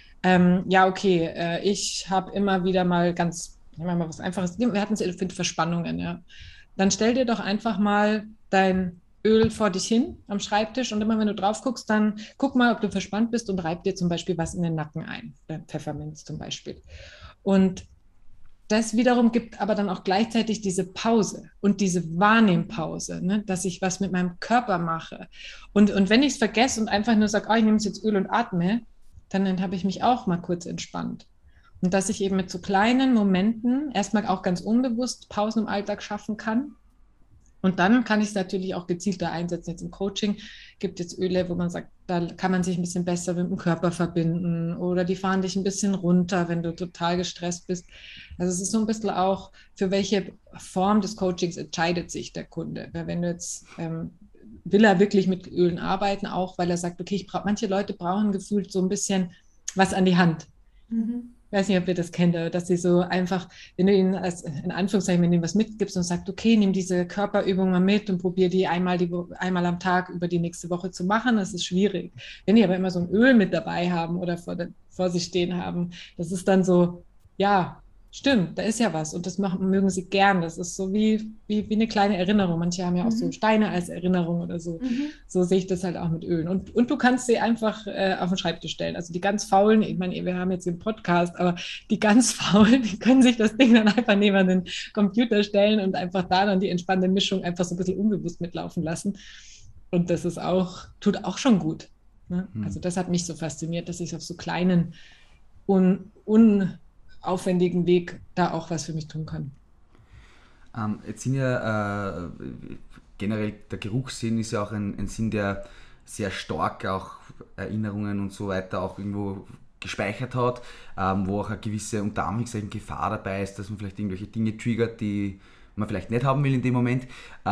Ja, okay, ich habe immer wieder mal mal was Einfaches, wir hatten es für Verspannungen, ja. Dann stell dir doch einfach mal dein Öl vor dich hin am Schreibtisch und immer wenn du drauf guckst, dann guck mal, ob du verspannt bist und reib dir zum Beispiel was in den Nacken ein, Pfefferminz zum Beispiel. Und das wiederum gibt aber dann auch gleichzeitig diese Pause und diese Wahrnehmpause, ne, dass ich was mit meinem Körper mache. Und wenn ich es vergesse und einfach nur sage, oh, ich nehme jetzt Öl und atme, dann habe ich mich auch mal kurz entspannt. Und dass ich eben mit so kleinen Momenten erstmal auch ganz unbewusst Pausen im Alltag schaffen kann. Und dann kann ich es natürlich auch gezielter einsetzen. Jetzt im Coaching gibt es Öle, wo man sagt, da kann man sich ein bisschen besser mit dem Körper verbinden oder die fahren dich ein bisschen runter, wenn du total gestresst bist. Also es ist so ein bisschen auch, für welche Form des Coachings entscheidet sich der Kunde. Weil wenn du jetzt will er wirklich mit Ölen arbeiten, auch weil er sagt, okay, manche Leute brauchen gefühlt so ein bisschen was an die Hand. Ich weiß nicht, ob ihr das kennt, dass sie so einfach, wenn du ihnen in Anführungszeichen, wenn du ihnen was mitgibst und sagst, okay, nimm diese Körperübung mal mit und probier die einmal am Tag über die nächste Woche zu machen, das ist schwierig. Wenn die aber immer so ein Öl mit dabei haben oder vor sich stehen haben, das ist dann so, ja, stimmt, da ist ja was und das mögen sie gern. Das ist so wie eine kleine Erinnerung. Manche haben ja auch so Steine als Erinnerung oder so. So sehe ich das halt auch mit Ölen. Und du kannst sie einfach auf den Schreibtisch stellen. Also die ganz Faulen, ich meine, wir haben jetzt den Podcast, aber die ganz Faulen, die können sich das Ding dann einfach neben den Computer stellen und einfach da dann die entspannende Mischung einfach so ein bisschen unbewusst mitlaufen lassen. Und das ist tut auch schon gut. Ne? Also das hat mich so fasziniert, dass ich auf so kleinen, aufwendigen Weg da auch was für mich tun kann. Jetzt sind ja generell der Geruchssinn ist ja auch ein Sinn, der sehr stark auch Erinnerungen und so weiter auch irgendwo gespeichert hat, wo auch eine gewisse unter Anführungszeichen Gefahr dabei ist, dass man vielleicht irgendwelche Dinge triggert, die man vielleicht nicht haben will in dem Moment.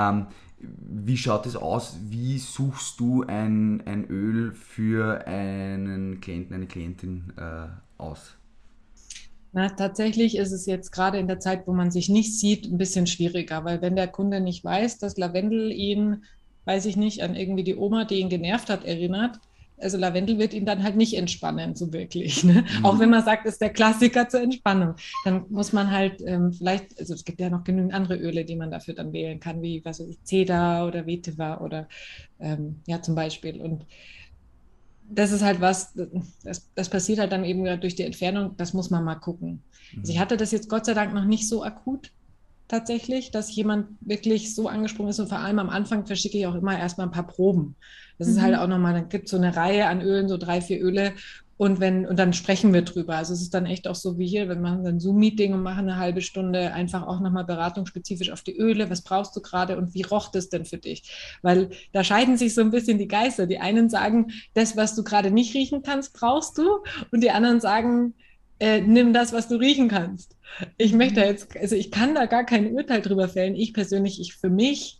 Wie schaut es aus? Wie suchst du ein Öl für einen Klienten, eine Klientin aus? Na, tatsächlich ist es jetzt gerade in der Zeit, wo man sich nicht sieht, ein bisschen schwieriger, weil wenn der Kunde nicht weiß, dass Lavendel ihn, weiß ich nicht, an irgendwie die Oma, die ihn genervt hat, erinnert, also Lavendel wird ihn dann halt nicht entspannen, so wirklich. Ne? Auch wenn man sagt, es ist der Klassiker zur Entspannung. Dann muss man halt vielleicht, also es gibt ja noch genügend andere Öle, die man dafür dann wählen kann, wie was weiß ich, Zeder oder Vetiver oder ja zum Beispiel. Und das ist halt was, das passiert halt dann eben durch die Entfernung, das muss man mal gucken. Also ich hatte das jetzt Gott sei Dank noch nicht so akut tatsächlich, dass jemand wirklich so angesprungen ist und vor allem am Anfang verschicke ich auch immer erstmal ein paar Proben. Das ist halt auch nochmal, dann gibt es so eine Reihe an Ölen, so 3, 4 Öle und dann sprechen wir drüber. Also es ist dann echt auch so wie hier, wir machen ein Zoom-Meeting und machen eine halbe Stunde einfach auch nochmal beratungsspezifisch auf die Öle. Was brauchst du gerade und wie roch das denn für dich? Weil da scheiden sich so ein bisschen die Geister. Die einen sagen, das, was du gerade nicht riechen kannst, brauchst du. Und die anderen sagen, nimm das, was du riechen kannst. Ich möchte jetzt, also ich kann da gar kein Urteil drüber fällen. Ich persönlich, für mich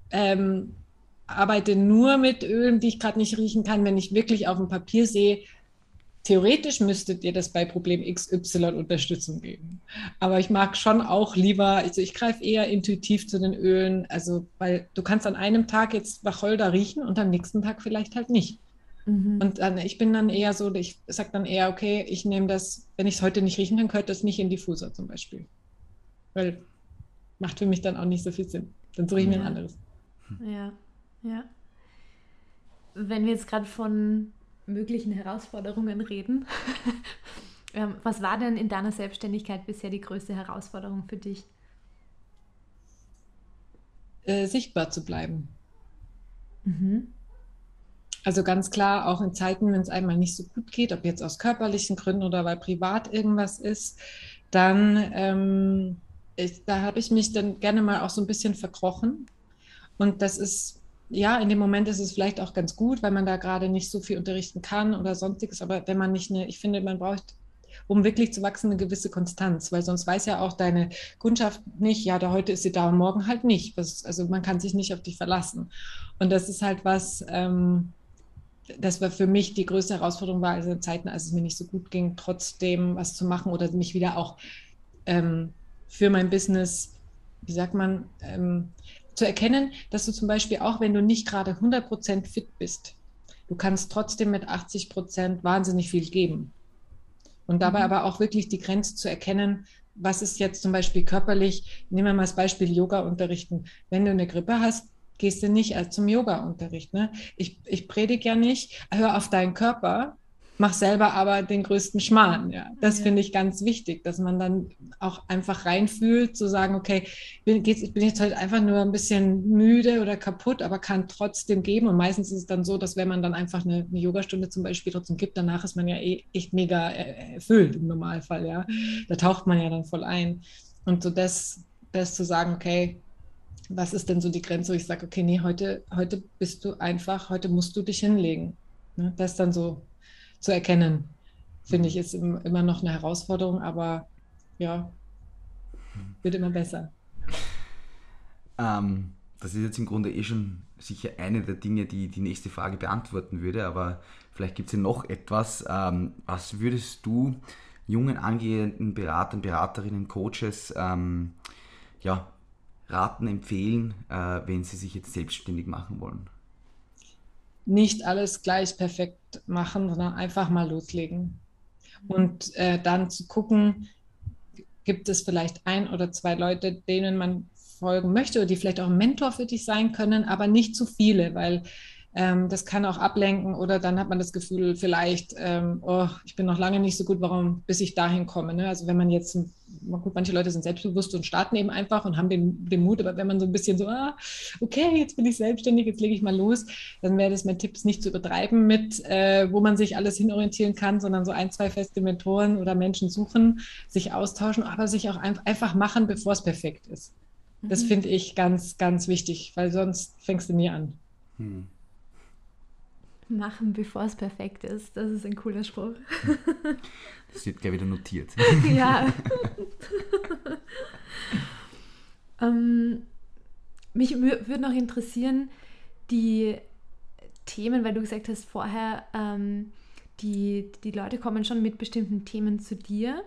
arbeite nur mit Ölen, die ich gerade nicht riechen kann, wenn ich wirklich auf dem Papier sehe, theoretisch müsstet ihr das bei Problem XY Unterstützung geben. Aber ich mag schon auch lieber, also ich greife eher intuitiv zu den Ölen, also weil du kannst an einem Tag jetzt Wacholder riechen und am nächsten Tag vielleicht halt nicht. Und ich bin dann eher so, ich sage dann eher, okay, ich nehme das, wenn ich es heute nicht riechen kann, gehört das nicht in Diffuser zum Beispiel. Weil macht für mich dann auch nicht so viel Sinn. Dann suche ich mir ein anderes. Ja, ja. Wenn wir jetzt gerade von möglichen Herausforderungen reden, was war denn in deiner Selbstständigkeit bisher die größte Herausforderung für dich? Sichtbar zu bleiben. Also ganz klar, auch in Zeiten, wenn es einmal nicht so gut geht, ob jetzt aus körperlichen Gründen oder weil privat irgendwas ist, dann da habe ich mich dann gerne mal auch so ein bisschen verkrochen. Und das ist, ja, in dem Moment ist es vielleicht auch ganz gut, weil man da gerade nicht so viel unterrichten kann oder sonstiges. Aber wenn man nicht ich finde, man braucht um wirklich zu wachsen, eine gewisse Konstanz, weil sonst weiß ja auch deine Kundschaft nicht, ja, da heute ist sie da und morgen halt nicht. Also man kann sich nicht auf dich verlassen. Und das ist halt was, das war für mich die größte Herausforderung war, also in Zeiten, als es mir nicht so gut ging, trotzdem was zu machen oder mich wieder auch für mein Business, wie sagt man, zu erkennen, dass du zum Beispiel auch, wenn du nicht gerade 100% fit bist, du kannst trotzdem mit 80% wahnsinnig viel geben. Und dabei aber auch wirklich die Grenze zu erkennen, was ist jetzt zum Beispiel körperlich, nehmen wir mal das Beispiel Yoga unterrichten. Wenn du eine Grippe hast, gehst du nicht zum Yoga-Unterricht. Ne? Ich predige ja nicht, hör auf deinen Körper, mach selber aber den größten Schmarrn. Ja. Das finde ich ganz wichtig, dass man dann auch einfach reinfühlt, zu sagen, okay, bin jetzt halt einfach nur ein bisschen müde oder kaputt, aber kann trotzdem geben. Und meistens ist es dann so, dass wenn man dann einfach eine Yogastunde zum Beispiel trotzdem gibt, danach ist man ja echt mega erfüllt im Normalfall. Ja. Da taucht man ja dann voll ein. Und so das zu sagen, okay, was ist denn so die Grenze, wo ich sage, okay, nee, heute bist du einfach, heute musst du dich hinlegen. Ne? Das dann so zu erkennen, finde ich, ist immer noch eine Herausforderung, aber ja, wird immer besser. Das ist jetzt im Grunde schon sicher eine der Dinge, die die nächste Frage beantworten würde, aber vielleicht gibt es ja noch etwas. Was würdest du jungen angehenden Beratern, Beraterinnen, Coaches raten, empfehlen, wenn sie sich jetzt selbstständig machen wollen? Nicht alles gleich perfekt machen, sondern einfach mal loslegen. Und dann zu gucken, gibt es vielleicht 1 oder 2 Leute, denen man folgen möchte oder die vielleicht auch ein Mentor für dich sein können, aber nicht zu viele, weil das kann auch ablenken oder dann hat man das Gefühl vielleicht, ich bin noch lange nicht so gut, bis ich dahin komme. Ne? Also wenn man jetzt, gut, manche Leute sind selbstbewusst und starten eben einfach und haben den Mut, aber wenn man so ein bisschen so, okay, jetzt bin ich selbstständig, jetzt lege ich mal los, dann wäre das mein Tipp, es nicht zu übertreiben mit, wo man sich alles hinorientieren kann, sondern so 1, 2 feste Mentoren oder Menschen suchen, sich austauschen, aber sich auch einfach machen, bevor es perfekt ist. Das finde ich ganz, ganz wichtig, weil sonst fängst du nie an. Machen, bevor es perfekt ist. Das ist ein cooler Spruch. Das wird gleich wieder notiert. Ja. Mich würde noch interessieren, die Themen, weil du gesagt hast vorher, die Leute kommen schon mit bestimmten Themen zu dir.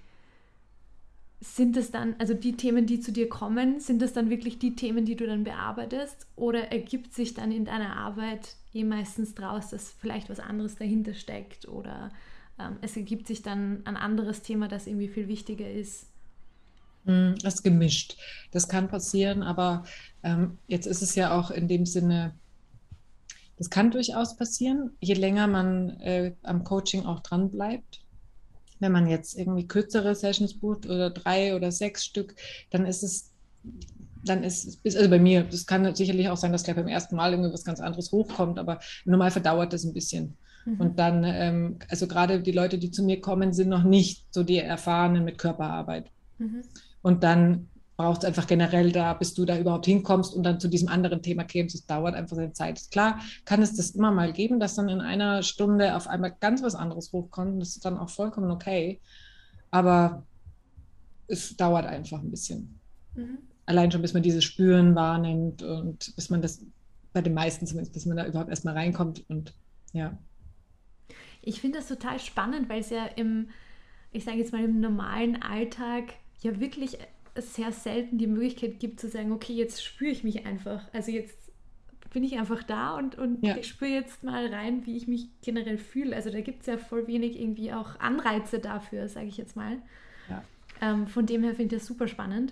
Sind es dann, also die Themen, die zu dir kommen, sind das dann wirklich die Themen, die du dann bearbeitest? Oder ergibt sich dann in deiner Arbeit meistens draus, dass vielleicht was anderes dahinter steckt? Oder es ergibt sich dann ein anderes Thema, das irgendwie viel wichtiger ist? Das ist gemischt. Das kann passieren, aber jetzt ist es ja auch in dem Sinne, das kann durchaus passieren, je länger man am Coaching auch dran bleibt. Wenn man jetzt irgendwie kürzere Sessions bucht oder 3 oder 6 Stück, dann ist es, also bei mir, das kann sicherlich auch sein, dass gleich beim ersten Mal irgendwie was ganz anderes hochkommt, aber im Normalfall dauert das ein bisschen. Und dann, also gerade die Leute, die zu mir kommen, sind noch nicht so die Erfahrenen mit Körperarbeit. Und dann braucht es einfach generell da, bis du da überhaupt hinkommst und dann zu diesem anderen Thema kämst. Es dauert einfach seine Zeit. Klar kann es das immer mal geben, dass dann in einer Stunde auf einmal ganz was anderes hochkommt. Das ist dann auch vollkommen okay. Aber es dauert einfach ein bisschen. Allein schon, bis man dieses Spüren wahrnimmt und bis man das, bei den meisten zumindest, bis man da überhaupt erstmal reinkommt. Und ja. Ich finde das total spannend, weil es ja ich sage jetzt mal, im normalen Alltag ja wirklich sehr selten die Möglichkeit gibt zu sagen, okay, jetzt spüre ich mich einfach. Also jetzt bin ich einfach da und ich spüre jetzt mal rein, wie ich mich generell fühle. Also da gibt es ja voll wenig irgendwie auch Anreize dafür, sage ich jetzt mal. Ja. Von dem her finde ich das super spannend.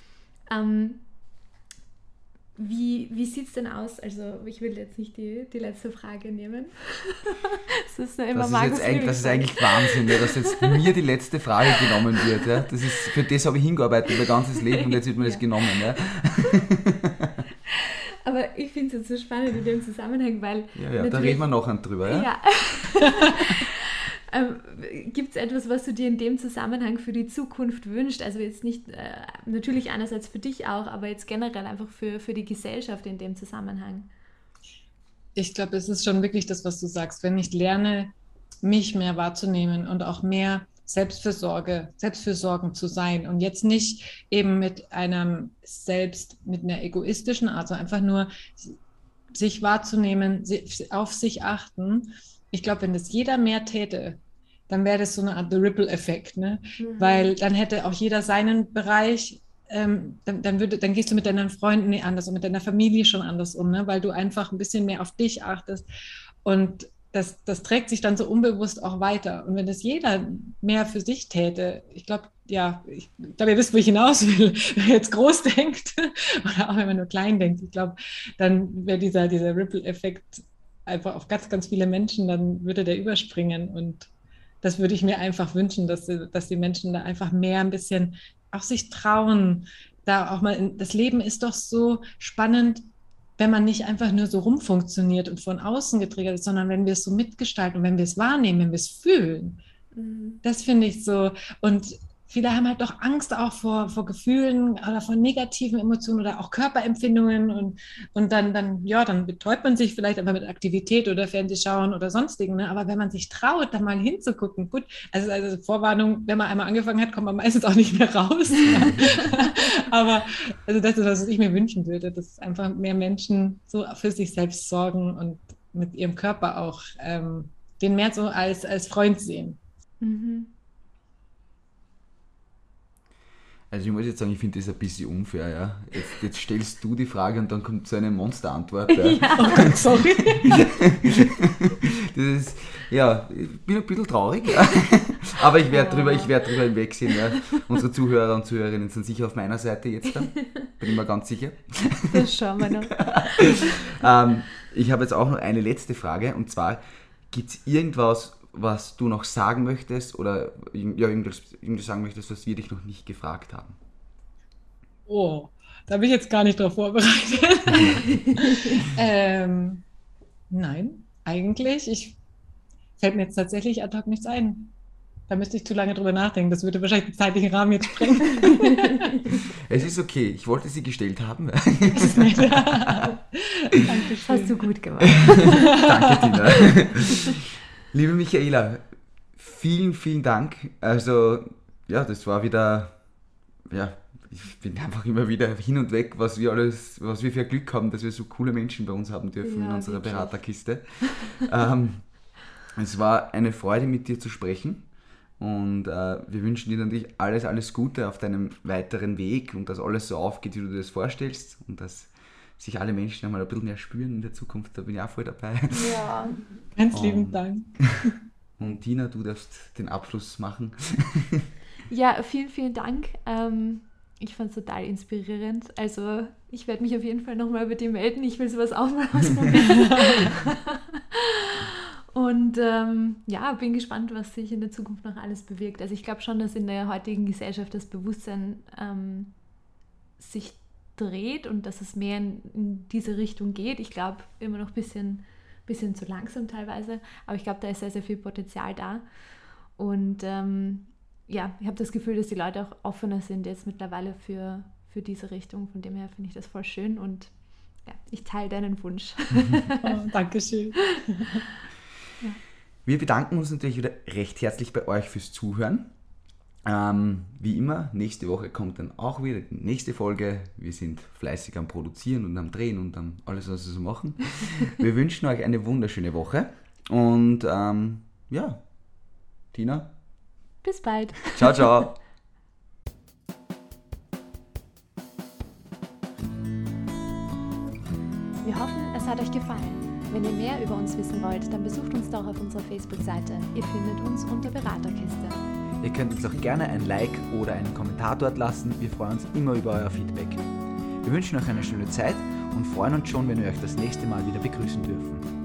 Wie sieht es denn aus? Also ich will jetzt nicht die letzte Frage nehmen. Das ist eigentlich Wahnsinn, ja, dass jetzt mir die letzte Frage genommen wird. Ja. Für das habe ich hingearbeitet mein ganzes Leben und jetzt wird mir das genommen. Ja. Aber ich finde es jetzt so spannend in dem Zusammenhang, weil... Ja, da reden wir noch drüber. Ja. Gibt es etwas, was du dir in dem Zusammenhang für die Zukunft wünschst? Also jetzt nicht, natürlich einerseits für dich auch, aber jetzt generell einfach für die Gesellschaft in dem Zusammenhang. Ich glaube, es ist schon wirklich das, was du sagst. Wenn ich lerne, mich mehr wahrzunehmen und auch mehr selbstfürsorgend zu sein und jetzt nicht eben mit einer egoistischen Art, sondern einfach nur sich wahrzunehmen, auf sich achten. Ich glaube, wenn das jeder mehr täte, dann wäre das so eine Art The Ripple-Effekt, ne? Weil dann hätte auch jeder seinen Bereich, dann gehst du mit deinen Freunden anders und mit deiner Familie schon anders um, ne? Weil du einfach ein bisschen mehr auf dich achtest und das trägt sich dann so unbewusst auch weiter. Und wenn das jeder mehr für sich täte, ich glaube, ihr wisst, wo ich hinaus will, wenn ihr jetzt groß denkt oder auch wenn man nur klein denkt, ich glaube, dann wäre dieser Ripple-Effekt einfach auf ganz, ganz viele Menschen, dann würde der überspringen. Und das würde ich mir einfach wünschen, dass die Menschen da einfach mehr ein bisschen auch sich trauen. Da auch mal, das Leben ist doch so spannend, wenn man nicht einfach nur so rumfunktioniert und von außen getriggert ist, sondern wenn wir es so mitgestalten und wenn wir es wahrnehmen, wenn wir es fühlen. Das finde ich so. Und viele haben halt doch Angst auch vor Gefühlen oder vor negativen Emotionen oder auch Körperempfindungen und dann betäubt man sich vielleicht aber mit Aktivität oder Fernsehschauen oder sonstigen. Ne? Aber wenn man sich traut, da mal hinzugucken, gut, also Vorwarnung, wenn man einmal angefangen hat, kommt man meistens auch nicht mehr raus. Aber also das ist, was ich mir wünschen würde, dass einfach mehr Menschen so für sich selbst sorgen und mit ihrem Körper auch den mehr so als Freund sehen. Also ich muss jetzt sagen, ich finde das ein bisschen unfair, ja. Jetzt stellst du die Frage und dann kommt so eine Monsterantwort. Ja. Oh Gott, sorry. Das ist, ja, ich bin ein bisschen traurig, ja. Aber ich werde drüber hinwegsehen. Ja. Unsere Zuhörer und Zuhörerinnen sind sicher auf meiner Seite jetzt dann. Bin ich mir ganz sicher. Das schauen wir noch. Ich habe jetzt auch noch eine letzte Frage und zwar, gibt es irgendwas, was du noch sagen möchtest oder irgendwas sagen möchtest, was wir dich noch nicht gefragt haben? Oh, da bin ich jetzt gar nicht drauf vorbereitet. Nein, eigentlich. Fällt mir jetzt tatsächlich ad hoc nichts ein. Da müsste ich zu lange drüber nachdenken. Das würde wahrscheinlich den zeitlichen Rahmen jetzt sprengen. Es ist okay, ich wollte sie gestellt haben. Das ist nett. Dankeschön. Hast du gut gemacht. Danke, Tina. Liebe Michaela, vielen, vielen Dank. Also, ja, das war wieder, ja, ich bin einfach immer wieder hin und weg, was wir für Glück haben, dass wir so coole Menschen bei uns haben dürfen in unserer wirklich. Beraterkiste. Es war eine Freude, mit dir zu sprechen und wir wünschen dir natürlich alles Gute auf deinem weiteren Weg und dass alles so aufgeht, wie du dir das vorstellst und dass sich alle Menschen einmal ein bisschen mehr spüren in der Zukunft, da bin ich auch voll dabei. Ja, ganz lieben Dank. Und Tina, du darfst den Abschluss machen. Ja, vielen, vielen Dank. Ich fand es total inspirierend. Also ich werde mich auf jeden Fall nochmal bei dir melden. Ich will sowas auch mal ausprobieren. Und bin gespannt, was sich in der Zukunft noch alles bewirkt. Also ich glaube schon, dass in der heutigen Gesellschaft das Bewusstsein sich dreht und dass es mehr in diese Richtung geht. Ich glaube, immer noch ein bisschen zu langsam teilweise, aber ich glaube, da ist sehr, sehr viel Potenzial da. Und ich habe das Gefühl, dass die Leute auch offener sind jetzt mittlerweile für diese Richtung. Von dem her finde ich das voll schön und ja, ich teile deinen Wunsch. Oh, Dankeschön. Ja. Wir bedanken uns natürlich wieder recht herzlich bei euch fürs Zuhören. Wie immer, nächste Woche kommt dann auch wieder die nächste Folge. Wir sind fleißig am Produzieren und am Drehen und am alles, was wir so machen. Wir wünschen euch eine wunderschöne Woche und Tina. Bis bald. Ciao, ciao. Wir hoffen, es hat euch gefallen. Wenn ihr mehr über uns wissen wollt, dann besucht uns doch auf unserer Facebook-Seite. Ihr findet uns unter Beraterkiste. Ihr könnt uns auch gerne ein Like oder einen Kommentar dort lassen. Wir freuen uns immer über euer Feedback. Wir wünschen euch eine schöne Zeit und freuen uns schon, wenn wir euch das nächste Mal wieder begrüßen dürfen.